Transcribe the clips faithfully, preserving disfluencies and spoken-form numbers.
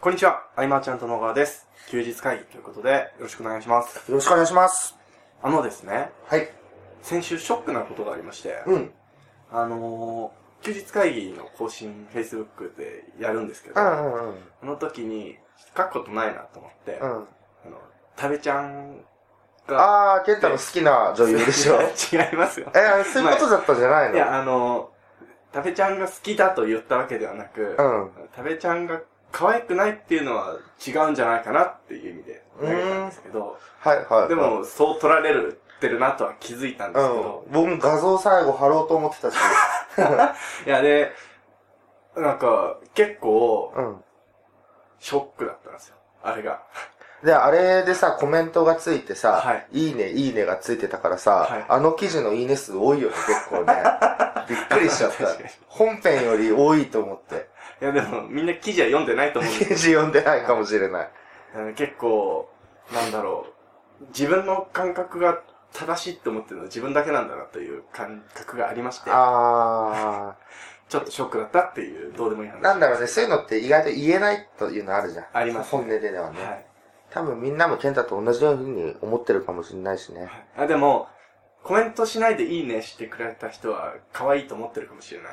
こんにちは、アイマーちゃんと野川です。休日会議ということで、よろしくお願いします。 よろしくお願いします。 あのですね。 はい。 先週ショックなことがありまして、 うん。 あのー、休日会議の更新、Facebook でやるんですけど、 うんうんうん。 その時に、書くことないなと思って、 うん。 あの、食べちゃんが、 ああ、ケンタの好きな女優でしょ。 違いますよ。 え、そういうことだったんじゃないの？ いや、あのー、食べちゃんが好きだと言ったわけではなく、 うん。 食べちゃんが可愛くないっていうのは違うんじゃないかなっていう意味で投げたんですけど、 はいはい、はい。 でも、そう取られるってるなとは気づいたんですけど、 うん、僕も画像最後貼ろうと思ってたし。 いや、で、なんか、結構、 うん。 ショックだったんですよ、あれが。 で、あれでさ、コメントがついてさ、 はい、 いいね、いいねがついてたからさ、 はい、 あの記事のいいね数多いよね、結構ね。びっくりしちゃった。本編より多いと思って。 いや、でも、みんな記事は読んでないと思うんですよ。 記事読んでないかもしれない。 結構、なんだろう、自分の感覚が正しいって思ってるのは自分だけなんだなという感覚がありまして、 あちょっとショックだったっていう、どうでもいい話。 なんだろうね、そういうのって意外と言えないというのあるじゃん。 あります、 ね。本音ではね。 はい。 多分みんなもケンタと同じように思ってるかもしれないしね。はい、 あ、でも、コメントしないでいいねしてくれた人は可愛いと思ってるかもしれない。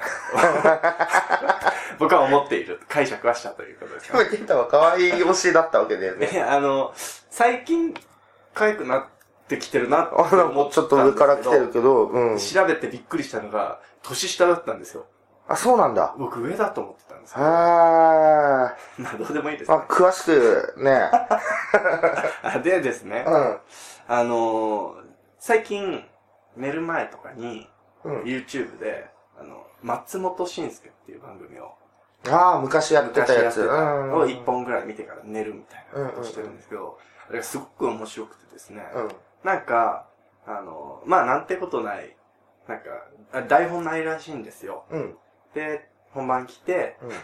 僕は思っている。解釈はしたということです、 ね。でもケンタは可愛い推しだったわけだよね。 いや、あの、最近可愛くなってきてるなって思ったんですけど。 ちょっと上から来てるけど、うん。 調べてびっくりしたのが、年下だったんですよ。 あ、そうなんだ。 僕上だと思ってたんですけど。 へー。 まあどうでもいいです、ね。 あ、詳しくね。 でですね。 うん。 あのー、最近、寝る前とかに、うん、YouTube で、あの、松本慎介っていう番組を。 ああ、昔やってたやつ。 を一本ぐらい見てから寝るみたいなことをしてるんですけど、うんうんうん、あれがすごく面白くてですね。うん、なんか、あの、まあなんてことない、なんか、台本ないらしいんですよ。うん、で、本番来て、うん、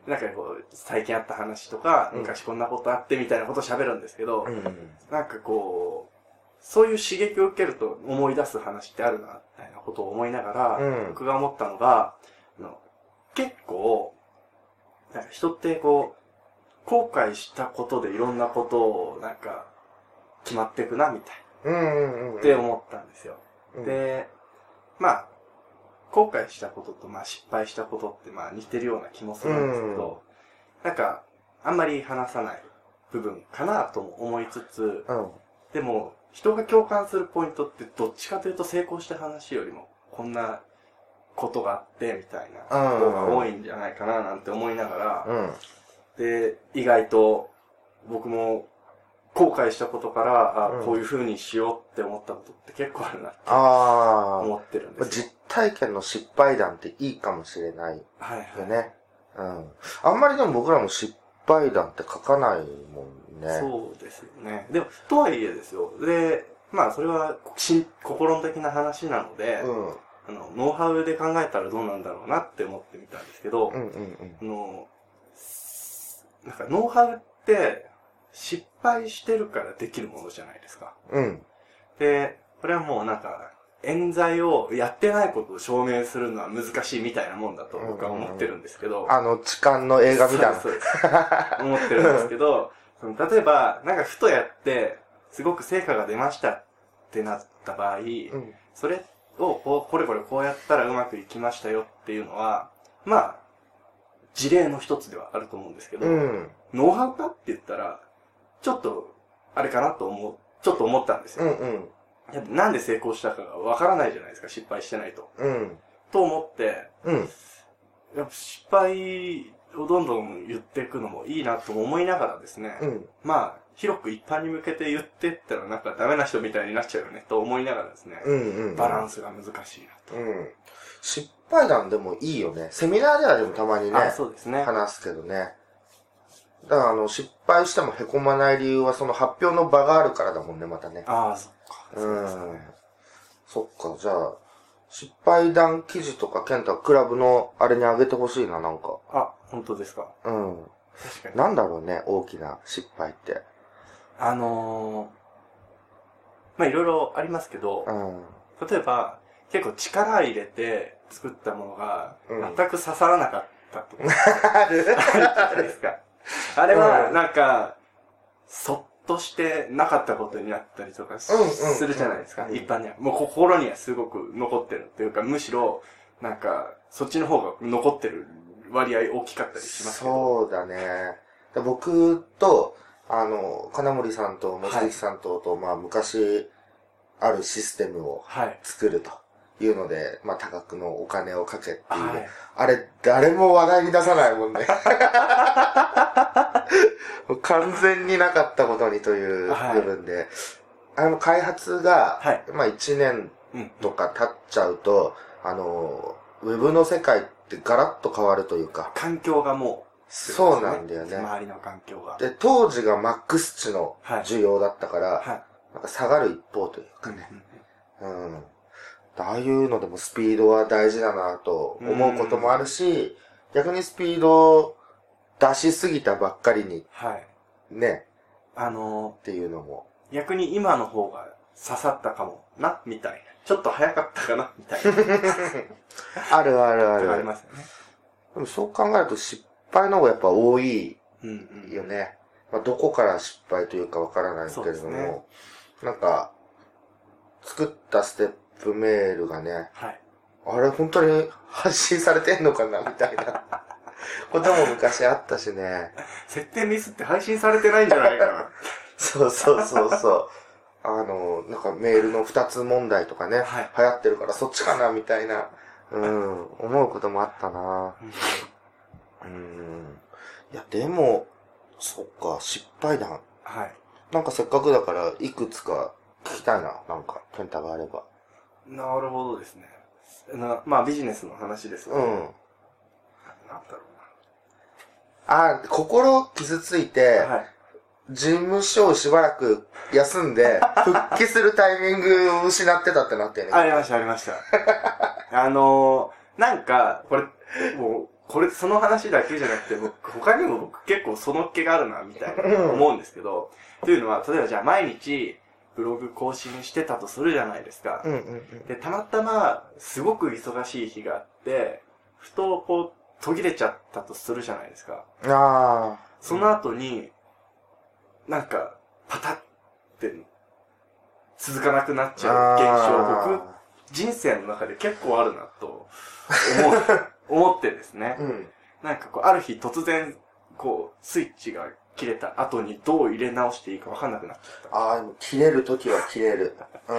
なんかこう、最近あった話とか、うん、昔こんなことあってみたいなことを喋るんですけど、うんうん、なんかこう、そういう刺激を受けると思い出す話ってあるな、みたいなことを思いながら、うん、僕が思ったのが、あの結構、なんか人ってこう、後悔したことでいろんなことをなんか、決まっていくな、みたいな、うんうんうん、って思ったんですよ。うん、で、まあ、後悔したこととまあ失敗したことってまあ似てるような気もするんですけど、うん、なんか、あんまり話さない部分かなと思いつつ、うん、でも、人が共感するポイントってどっちかというと成功した話よりもこんなことがあってみたいな方が多いんじゃないかななんて思いながら、うん、で、意外と僕も後悔したことから、うん、あこういう風にしようって思ったことって結構あるなって思ってるんですよ。 実体験の失敗談っていいかもしれないよね。はいはい、うん。あんまりでも僕らも失敗談って書かないもんね。 そうですよね。でも、とはいえですよ。で、まあ、それは、し心的な話なので、うん、あの、ノウハウで考えたらどうなんだろうなって思ってみたんですけど、うんうんうん、あの、なんか、ノウハウって、失敗してるからできるものじゃないですか。うん。で、これはもうなんか、冤罪をやってないことを証明するのは難しいみたいなもんだと僕は思ってるんですけど。 うんうんうん、あの、痴漢の映画みたいな。 そうです。思ってるんですけど、例えば、なんかふとやって、すごく成果が出ましたってなった場合、うん、それをこう、これこれこうやったらうまくいきましたよっていうのは、まあ、事例の一つではあると思うんですけど、うん、ノウハウかって言ったら、ちょっと、あれかなと思う、ちょっと思ったんですよ。うんうん、なんで成功したかがわからないじゃないですか、失敗してないと。うん、と思って、うん、やっぱ失敗をどんどん言っていくのもいいなと思いながらですね、うん、まあ広く一般に向けて言ってったらなんかダメな人みたいになっちゃうよねと思いながらですね、うんうんうん、バランスが難しいなと、うん、 失敗談でもいいよね。セミナーではでもたまにね、 あ、そうですね、 話すけどね。だからあの失敗しても凹まない理由はその発表の場があるからだもんね、またね。 ああ、そっか。 うん。そうですね、そっか、じゃあ失敗談記事とかケンタクラブのあれにあげてほしいな、なんか。 あ、本当ですか。 うん。確かに。なんだろうね、大きな失敗って。 あのー、まあ、いろいろありますけど、うん、例えば、結構力入れて作ったものが、全く刺さらなかったとか、うん、あるじゃないですか。 あれは、なんか、そっとしてなかったことになったりとかするじゃないですか、一般には。もう心にはすごく残ってるというか、むしろ、なんか、そっちの方が残ってる割合大きかったりしますけど。 そうだね。僕と、あの、金森さんと、もちきさんと、と、まあ、昔、あるシステムを作るというので、はい、まあ、多額のお金をかけっていう、はい、あれ、誰も話題に出さないもんね。完全になかったことにという部分で、はい、あの、開発が、はい、まあ、いちねんとか経っちゃうと、うん、あの、ウェブの世界ってガラッと変わるというか。 環境がもう、 そうなんだよね。 周りの環境が。 で、当時がマックス値の需要だったから、はいはい、なんか下がる一方というかね。うん、うん。ああいうのでもスピードは大事だなと思うこともあるし、逆にスピードを出しすぎたばっかりに、はい、ね。 あのー、 っていうのも。 逆に今の方が刺さったかもな、みたいな。ちょっと早かったかな、みたいな。 あるあるある。 ありますよね。 でもそう考えると失敗の方がやっぱ多いよね。うんうんまあ、どこから失敗というかわからないけれども、ね、なんか、作ったステップメールがね、はい、あれ本当に発信されてんのかなみたいなことも昔あったしね。 設定ミスって配信されてないんじゃないかな。 そうそうそうそう。あの、なんかメールの二つ問題とかね、はい、流行ってるからそっちかなみたいな、うん、思うこともあったな。うん。いや、でも、そっか、失敗談。はい。なんかせっかくだから、いくつか聞きたいな、なんか、ケンタがあれば。 なるほどですね。なまあ、ビジネスの話ですよね。うん。なんだろうな。あ、心傷ついて、はい。事務所をしばらく休んで、復帰するタイミングを失ってたってなってね。 ありました、ありました。あのー、なんか、これ、もう、これ、その話だけじゃなくて、僕、他にも僕結構そのっ気があるな、みたいな思うんですけど、というのは、例えばじゃあ毎日、ブログ更新してたとするじゃないですか。うんうんうん、で、たまたま、すごく忙しい日があって、ふとこう、途切れちゃったとするじゃないですか。あその後に、なんか、パタって、続かなくなっちゃう現象、僕、人生の中で結構あるなと思う、思ってですね。うん、なんかこう、ある日突然、こう、スイッチが切れた後にどう入れ直していいか分かんなくなっちゃった。 ああ、切れるときは切れる。うん。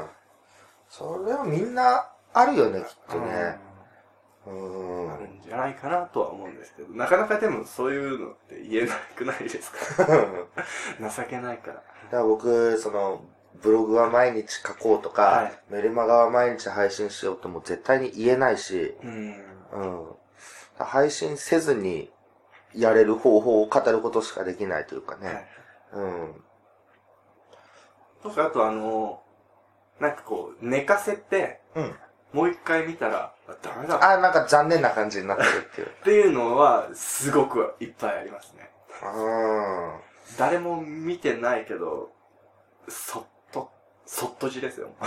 それはみんなあるよね、きっとね。 うん。あるんじゃないかなとは思うんですけど、なかなかでもそういうのって言えなくないですか情けないから。だから僕、その、ブログは毎日書こうとか、はい、メルマガは毎日配信しようとも絶対に言えないし、うん、うん、配信せずにやれる方法を語ることしかできないというかね。はい、うん。 とか、あとあの、なんかこう、寝かせて、うん、もう一回見たら、ダメだ。 あ、なんか残念な感じになってるっていう。 っていうのは、すごくいっぱいありますね。うん。誰も見てないけど、そっと、そっとじですよ。うん。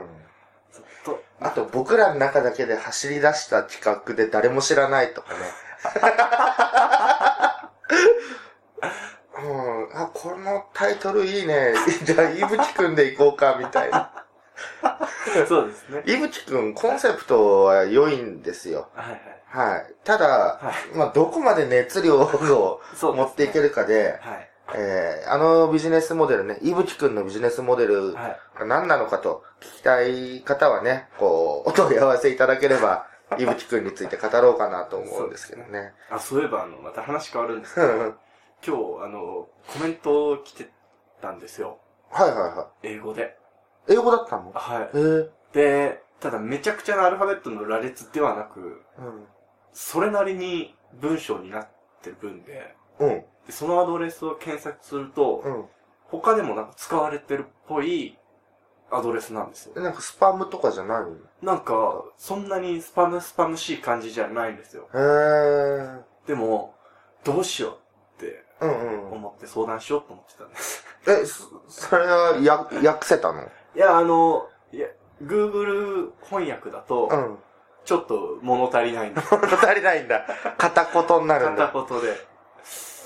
そっと。あと僕らの中だけで走り出した企画で誰も知らないとかね。うん。あ、このタイトルいいね。じゃあ、いぶきくんでいこうか、みたいな。 そうですね。 いぶきくん、コンセプトは良いんですよ。はいはい。はい。ただ、はい、まあ、どこまで熱量を持っていけるかで、はい。えー、あのビジネスモデルね、いぶきくんのビジネスモデルが何なのかと聞きたい方はね、こう、お問い合わせいただければ、いぶきくんについて語ろうかなと思うんですけどね。ねあ、そういえば、あの、また話変わるんですけど、今日、あの、コメント来てたんですよ。 はいはいはい。 英語で。 英語だったの？ はい。へー。で、ただめちゃくちゃなアルファベットの羅列ではなく、うん、それなりに文章になってる文で、うん、でそのアドレスを検索すると、うん、他でもなんか使われてるっぽいアドレスなんですよ。 なんかスパムとかじゃないの？ なんか、そんなにスパムスパムしい感じじゃないんですよ。へー。でも、どうしようって思って相談しようと思ってたんです。 え、そ、それはや訳せたの？ いや、あの、いや、Google 翻訳だと、うん、ちょっと物足りないんだ。 物足りないんだ。片言になるんだ。 片言で。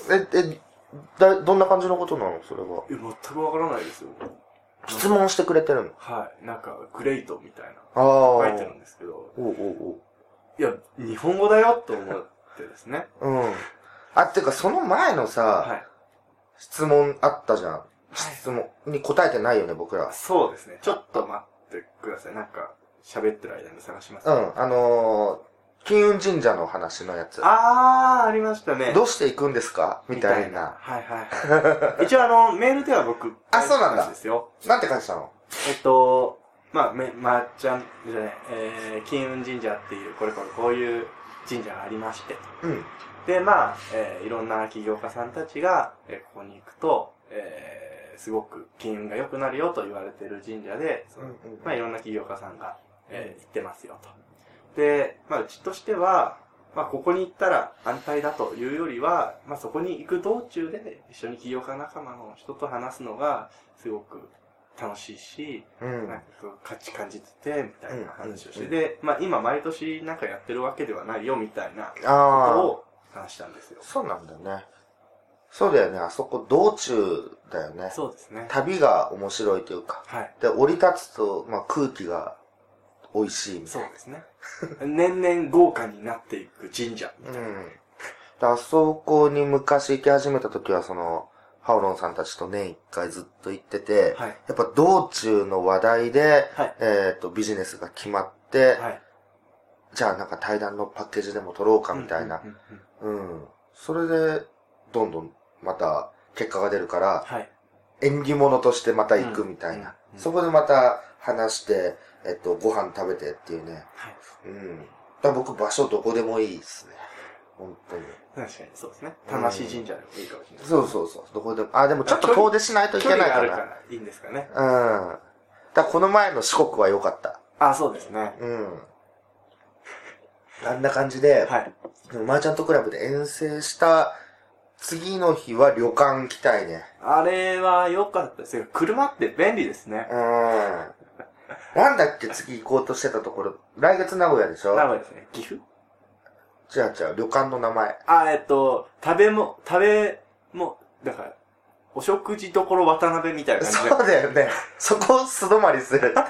え、え、だ、どんな感じのことなのそれは。 え、全くわからないですよ。 質問してくれてるの？ はい。なんか、グレートみたいな。書いてるんですけど。 おうおうおう。 いや、日本語だよと思ってですね。 うん。あ、っていうか、その前のさ、はい、質問あったじゃん。質問に答えてないよね、僕ら。 そうですね。ちょっと待ってください。なんか、喋ってる間に探します、 ね。うん。あのー、金運神社の話のやつ。 あー、ありましたね。 どうして行くんですかみたいな。 はいはいはい。一応あの、メールでは僕、 あ、そうなんだ。 ですよ。 なんて書いてたの？ えっと、まあ、め、まっちゃん、じゃね、えー、金運神社っていう、これこれこういう神社がありまして。うん。で、まあ、えー、いろんな起業家さんたちが、えー、ここに行くと、えー、すごく金運が良くなるよと言われてる神社で、そのうんうん、まあ、いろんな起業家さんが、えー、行ってますよと。で、まあ、うちとしては、まあ、ここに行ったら安泰だというよりは、まあ、そこに行く道中で一緒に起業家仲間の人と話すのがすごく楽しいし、うん、なんか価値感じてて、みたいな話をして、うん、で、まあ、今毎年なんかやってるわけではないよ、みたいなことを話したんですよ。 そうなんだよね。そうだよね。あそこ道中だよね。 そうですね。 旅が面白いというか。はい。で、降り立つと、まあ、空気が美味しいみたいな。 そうですね。年々豪華になっていく神社みたいな。うん。 あそこに昔行き始めた時は、その、ハオロンさんたちと年一回ずっと行ってて、はい、やっぱ道中の話題で、はい、えっと、ビジネスが決まって、はい、じゃあなんか対談のパッケージでも取ろうかみたいな。うん。それで、どんどんまた結果が出るから、はい、縁起物としてまた行くみたいな。うんうんうん、そこでまた話して、えっと、ご飯食べてっていうね。はい、うん。だ僕場所どこでもいいですね。本当に。 確かにそうですね。魂神社でもいいかもしれない、ね、 そうそうそう。どこでも。あ、でもちょっと遠出しないといけないから。 距離があるからいいんですかね。 うん。だこの前の四国は良かった。 あ、そうですね。 うん。あんな感じで、はい。マーチャントクラブで遠征した次の日は旅館来たいね。 あれは良かったですよ。車って便利ですね。 うん。なんだっけ次行こうとしてたところ。来月名古屋でしょ？ 名古屋ですね。岐阜？ 違う違う、旅館の名前。 あ、えっと、食べも、食べも、だから、お食事どころ渡辺みたいな感じで。 そうだよね。そこを素泊まりするっていう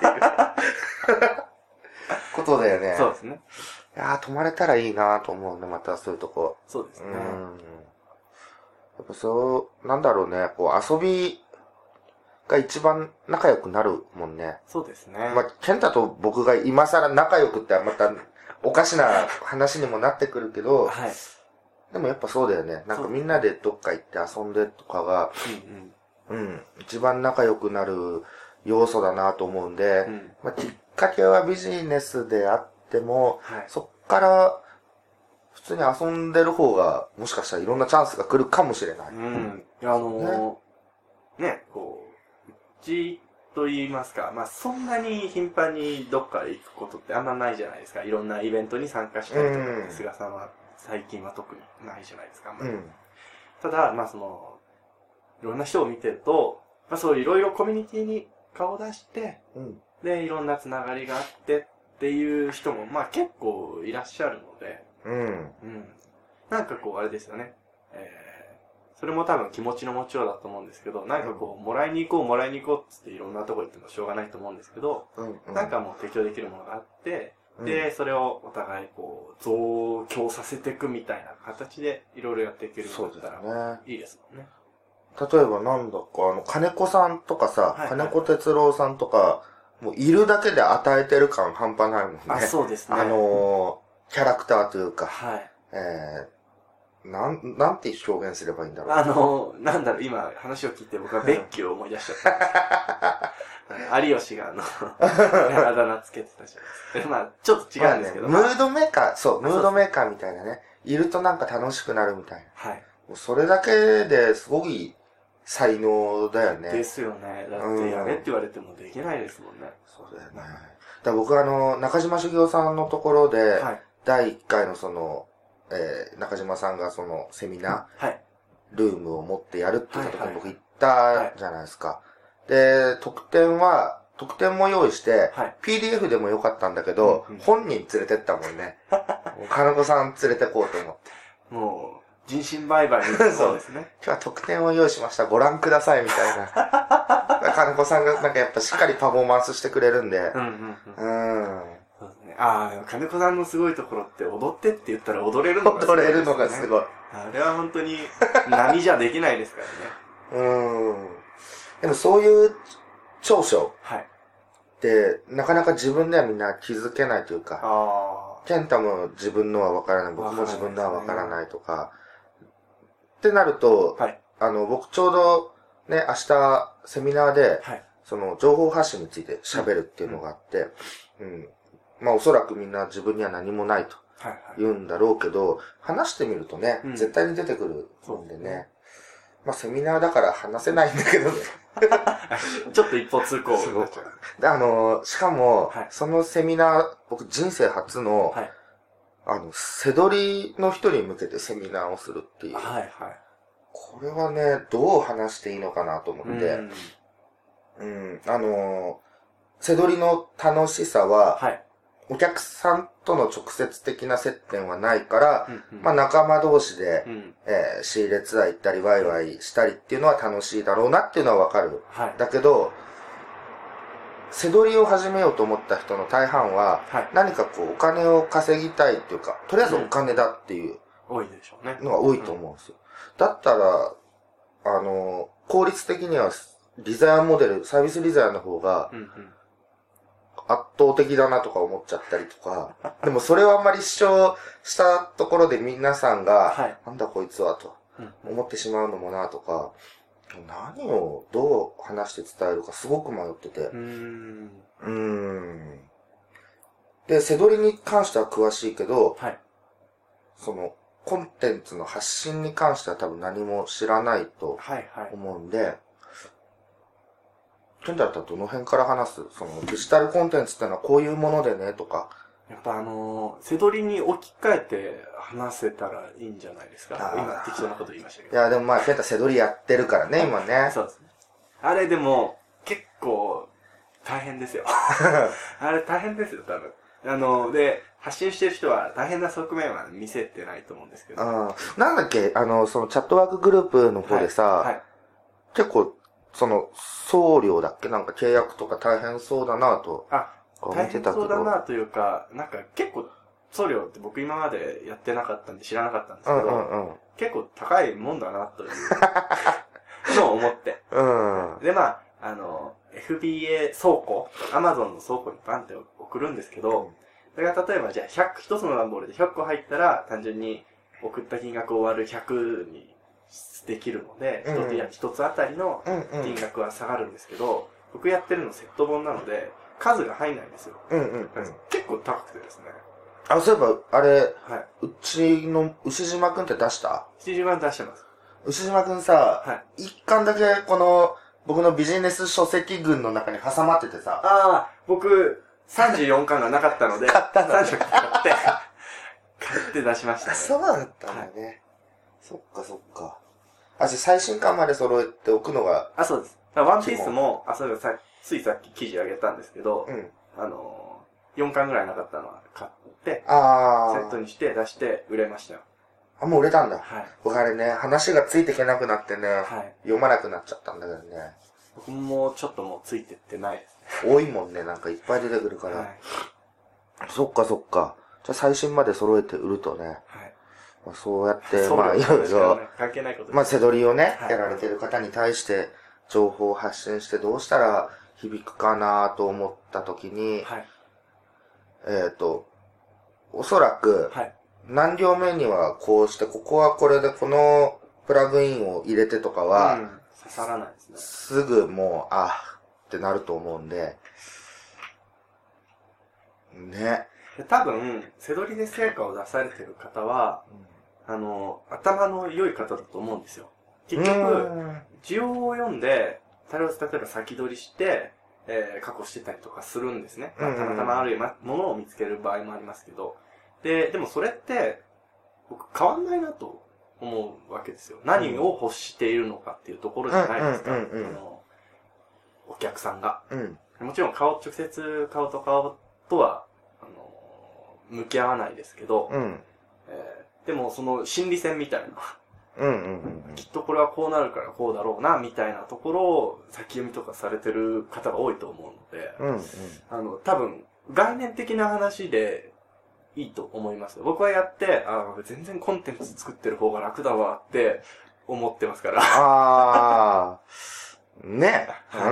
ことだよね。 そうですね。 いやー、泊まれたらいいなーと思うね、またそういうとこ。 そうですね。うん。 やっぱそう、なんだろうね、こう遊びが一番仲良くなるもんね。 そうですね。 まあ、健太と僕が今更仲良くってまた、おかしな話にもなってくるけど、はい、でもやっぱそうだよね。なんかみんなでどっか行って遊んでとかが、うん、うん、うん、一番仲良くなる要素だなと思うんで、うん、まあ、きっかけはビジネスであっても、はい、そっから普通に遊んでる方がもしかしたらいろんなチャンスが来るかもしれない。 うん。あのー、ね、ね、こう、うち、と言いますか、まあそんなに頻繁にどっか行くことってあんまないじゃないですか。いろんなイベントに参加したりとか、うん、菅さんは最近は特にないじゃないですか。うん、ただ、まあその、いろんな人を見てると、まあそういろいろコミュニティに顔を出して、うん、で、いろんなつながりがあってっていう人もまあ結構いらっしゃるので、うん。うん。なんかこうあれですよね。えーそれも多分気持ちの持ちようだと思うんですけど、なんかこう、もらいに行こう、もらいに行こうっつっていろんなとこ行ってもしょうがないと思うんですけど、うんうん、なんかもう提供できるものがあって、うん、で、それをお互いこう、増強させていくみたいな形でいろいろやっていけるようになったらいいですもんね。 例えばなんだか、あの、金子さんとかさ、はいはい、金子哲郎さんとか、もういるだけで与えてる感半端ないもんね。 あ、そうですね。 あのー、キャラクターというか、はい。えーなん、なんて表現すればいいんだろう。 あの、なんだろう、今話を聞いて僕はベッキュを思い出しちゃった。有吉があの、あだ名つけてたじゃないですか。まあ、ちょっと違うんですけど。 まあね、ムードメーカー、そう、ムードメーカーみたいなね。いるとなんか楽しくなるみたいな。はい。もうそれだけですごい才能だよね。 ですよね。だってやれって言われてもできないですもんね。うん、 そうだよね。だから僕はあの、中島茂雄さんのところで、はい、だいいっかいのその、えー、中島さんがそのセミナー、はい、ルームを持ってやるって言った時に僕行ったじゃないですか。はいはい、で、特典は、特典も用意して、はい、ピーディーエフ でもよかったんだけど、うんうん、本人連れてったもんね。金子さん連れてこうと思って。 もう、 人身売買みたいなそうですね。 今日は特典を用意しました。ご覧くださいみたいな。金子さんがなんかやっぱしっかりパフォーマンスしてくれるんで。うんうんうん。うん。 そうですね。ああ、金子さんのすごいところって踊ってって言ったら踊れるのがすごい、ね。踊れるのがすごい。 あれは本当に波じゃできないですからね。うん。でもそういう長所。はい。で、なかなか自分ではみんな気づけないというか。ああ。健太も自分のは分からない。僕も自分のは分からないとか。ってなると、はい、あの、僕ちょうどね、明日セミナーで、はい、その情報発信について喋るっていうのがあって、うん、うん。まあおそらくみんな自分には何もないと言うんだろうけど、はいはい、話してみるとね、うん、絶対に出てくるもんでね。まあセミナーだから話せないんだけどね。 ちょっと一歩通行。 すごく。で、あの、しかも、はい、そのセミナー、僕人生初の、はい、あの、背取りの人に向けてセミナーをするっていう。はいはい。これはね、どう話していいのかなと思って。うん。うん、あの、背取りの楽しさは、はい、お客さんとの直接的な接点はないから、うんうん、まあ仲間同士で、うん、えー、仕入れツアー行ったり、ワイワイしたりっていうのは楽しいだろうなっていうのはわかる。はい、だけど、背取りを始めようと思った人の大半は、はい、何かこうお金を稼ぎたいっていうか、とりあえずお金だっていう多いでしょうね。 のが多いと思うんですよ。だったら、あの、効率的にはリザヤンモデル、サービスリザヤンの方が圧倒的だなとか思っちゃったりとか、でもそれをあんまり主張したところで皆さんが、はい、なんだこいつはと思ってしまうのもなとか、何をどう話して伝えるかすごく迷ってて。うーん。うーん。で、背取りに関しては詳しいけど、はい、その、コンテンツの発信に関しては多分何も知らないと思うんで、はいはい、ケンタだったらどの辺から話す？そのデジタルコンテンツってのはこういうものでねとか。 やっぱあのー、背取りに置き換えて話せたらいいんじゃないですか。今適当なこと言いましたけど。 いやでもまあケンタ背取りやってるからね、今ね。 そうですね。あれでも結構大変ですよ。あれ大変ですよ、多分。あの、で、発信してる人は大変な側面は見せてないと思うんですけど。 あなんだっけ、あの、そのチャットワークグループの方でさ、はいはい、結構、その、送料だっけなんか契約とか大変そうだなと。あ、 大変そうだなというか、なんか結構、送料って僕今までやってなかったんで知らなかったんですけど、うんうんうん、結構高いもんだなというのを思って。うん、で、まあ、あの、エフビーエー 倉庫、Amazon の倉庫にバンって送るんですけど、それが例えばじゃあひゃく、一つの段ボールでひゃっこ入ったら単純に送った金額を割るひゃくにできるので、一、うん、つ、一つあたりの金額は下がるんですけど、うんうん、僕やってるのセット本なので、数が入んないんですよ。うんうんうん、結構高くてですね。 あ、そういえば、あれ、はい、うちの牛島くんって出した？ 牛島出してます。 牛島くんさ、はい、一巻だけこの、僕のビジネス書籍群の中に挟まっててさ。 ああ、僕、さんじゅうよんかんがなかったので、 買ったのさんじゅうよんかん買って、買って出しましたね。 そうだったんだね、はい。そっかそっか。あ、じゃあ最新刊まで揃えておくのが。 あ、そうです。ワンピースも、あ、そういえばさ、ついさっき記事あげたんですけど、うん、あのー、よんかんぐらいなかったのは買って、あセットにして出して売れましたよ。 あ、もう売れたんだ。はい。僕あれね、話がついていけなくなってね、はい、読まなくなっちゃったんだけどね。 僕もちょっともうついてってないですね。多いもんね、なんかいっぱい出てくるから。はい、そっかそっか。じゃあ最新まで揃えて売るとね。はい。まあ、そうやって、まあいろいろ、 関係ないことです。 まあ背取りをね、はい、やられてる方に対して情報を発信してどうしたら響くかなと思った時に、はい、えっと、おそらく、はい、何行目にはこうして、ここはこれでこのプラグインを入れてとかは、うん、 刺さらないですね。 すぐもう、あってなると思うんで、ね。 多分、背取りで成果を出されてる方は、うん、あの、頭の良い方だと思うんですよ。結局、需要を読んで、それを例えば先取りして、えー、過去してたりとかするんですね。まあ、たまたまあるものを見つける場合もありますけど。で、でもそれって、僕変わんないなと思うわけですよ。何を欲しているのかっていうところじゃないですか。お客さんが。うん、もちろん顔、直接顔と顔とは、あの、向き合わないですけど、うん、えー、でもその心理戦みたいなうんうんうん、きっとこれはこうなるからこうだろうな、みたいなところを先読みとかされてる方が多いと思うので、うんうん、あの、多分、概念的な話でいいと思います。僕はやって、あ全然コンテンツ作ってる方が楽だわって思ってますから。 ああ、ね。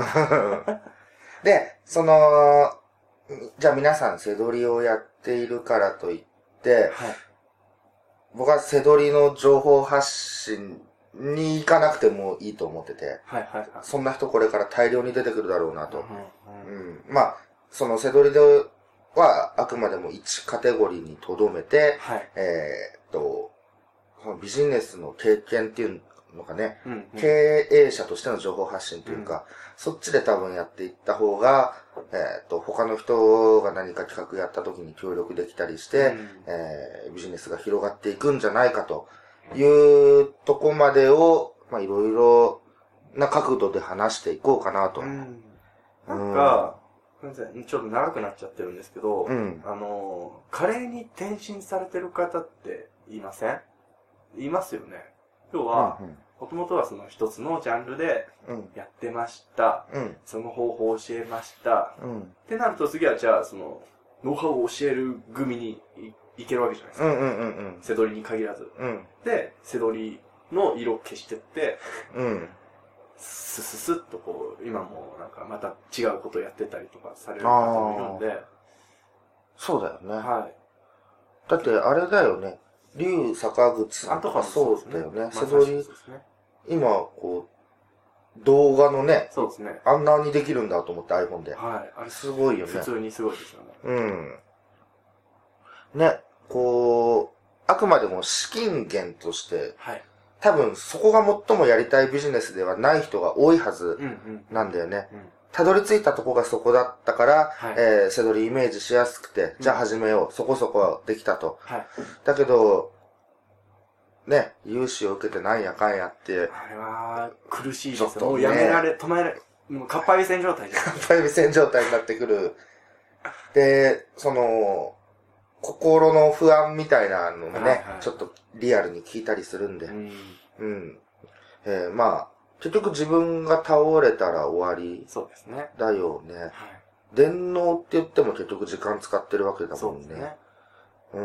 で、その、じゃあ皆さん背取りをやっているからといって、はい、僕は背取りの情報発信に行かなくてもいいと思ってて、はいはいはい、そんな人これから大量に出てくるだろうなと。うんうんうん、まあ、その背取りではあくまでもいちカテゴリーに留めて、はい、えー、っと、そのビジネスの経験っていうのかね、うんうん、経営者としての情報発信というか、うん、そっちで多分やっていった方が、えー、っと、他の人が何か企画やった時に協力できたりして、うん、えー、ビジネスが広がっていくんじゃないかというとこまでを、まあ、いろいろな角度で話していこうかなと。うん、 なんか、うん、ちょっと長くなっちゃってるんですけど、うん、あの、カレーに転身されてる方っていません？いますよね。要は、もともとはその一つのジャンルでやってました。うん、その方法を教えました。うん、ってなると次はじゃあその、ノウハウを教える組にいけるわけじゃないですか。うんうんうんうん、背取りに限らず。うん、で、背取りの色を消してって、うん、スススッとこう、今もなんかまた違うことをやってたりとかされる方もいるんで。 そうだよね。はい。だってあれだよね。竜坂口さんとかそうだよね。背取り、今、こう、動画のね、そうですね。あんなにできるんだと思って iPhone で。はい。あれすごいよね。 普通にすごいですよね。うん。ね、こう、あくまでも資金源として、はい。多分そこが最もやりたいビジネスではない人が多いはずなんだよね。うんうん、たどり着いたとこがそこだったから、はい、えー、背取りイメージしやすくて、じゃあ始めよう。うん、そこそこできたと。はい、だけど、ね、融資を受けてなんやかんやって。 あれは、苦しいですよ。ね、もうやめられ、止められ、もうかっぱえびせん状態じゃん。 かっぱえびせん状態になってくる。で、その、心の不安みたいなのもね、はいはい、ちょっとリアルに聞いたりするんで。うん。うん。えー、まあ、結局自分が倒れたら終わり。 そうですね。 だよね。はい、電脳って言っても結局時間使ってるわけだもんね。そうですね。うん。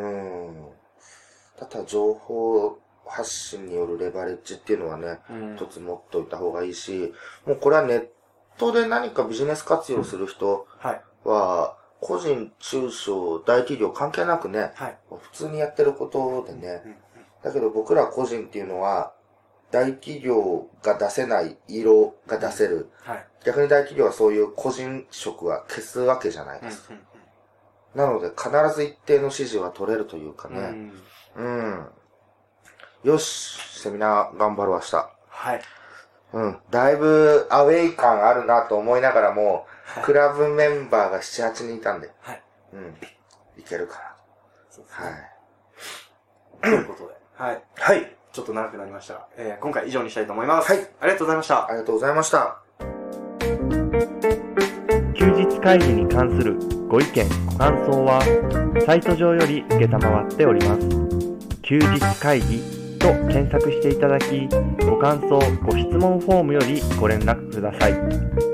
ただ情報発信によるレバレッジっていうのはね、うん、一つ持っといた方がいいし、もうこれはネットで何かビジネス活用する人は、はい、個人、中小、大企業関係なくね、はい、普通にやってることでね、うんうん、だけど僕ら個人っていうのは、大企業が出せない色が出せる、うんはい。逆に大企業はそういう個人色は消すわけじゃないですか。うんうんうん、なので必ず一定の指示は取れるというかね。うん。うん、よし、セミナー頑張るわした。はい。うん。だいぶアウェイ感あるなと思いながらも、はい、クラブメンバーがなな、はちにんいたんで。はい。うん。いけるかな。そうですね。はい。 ということで。はい。はい。ちょっと長くなりました。えー、今回以上にしたいと思います。はい。ありがとうございました。 ありがとうございました。 休日会議に関するご意見、ご感想は、サイト上より受けたまわっております。休日会議と検索していただき、ご感想、ご質問フォームよりご連絡ください。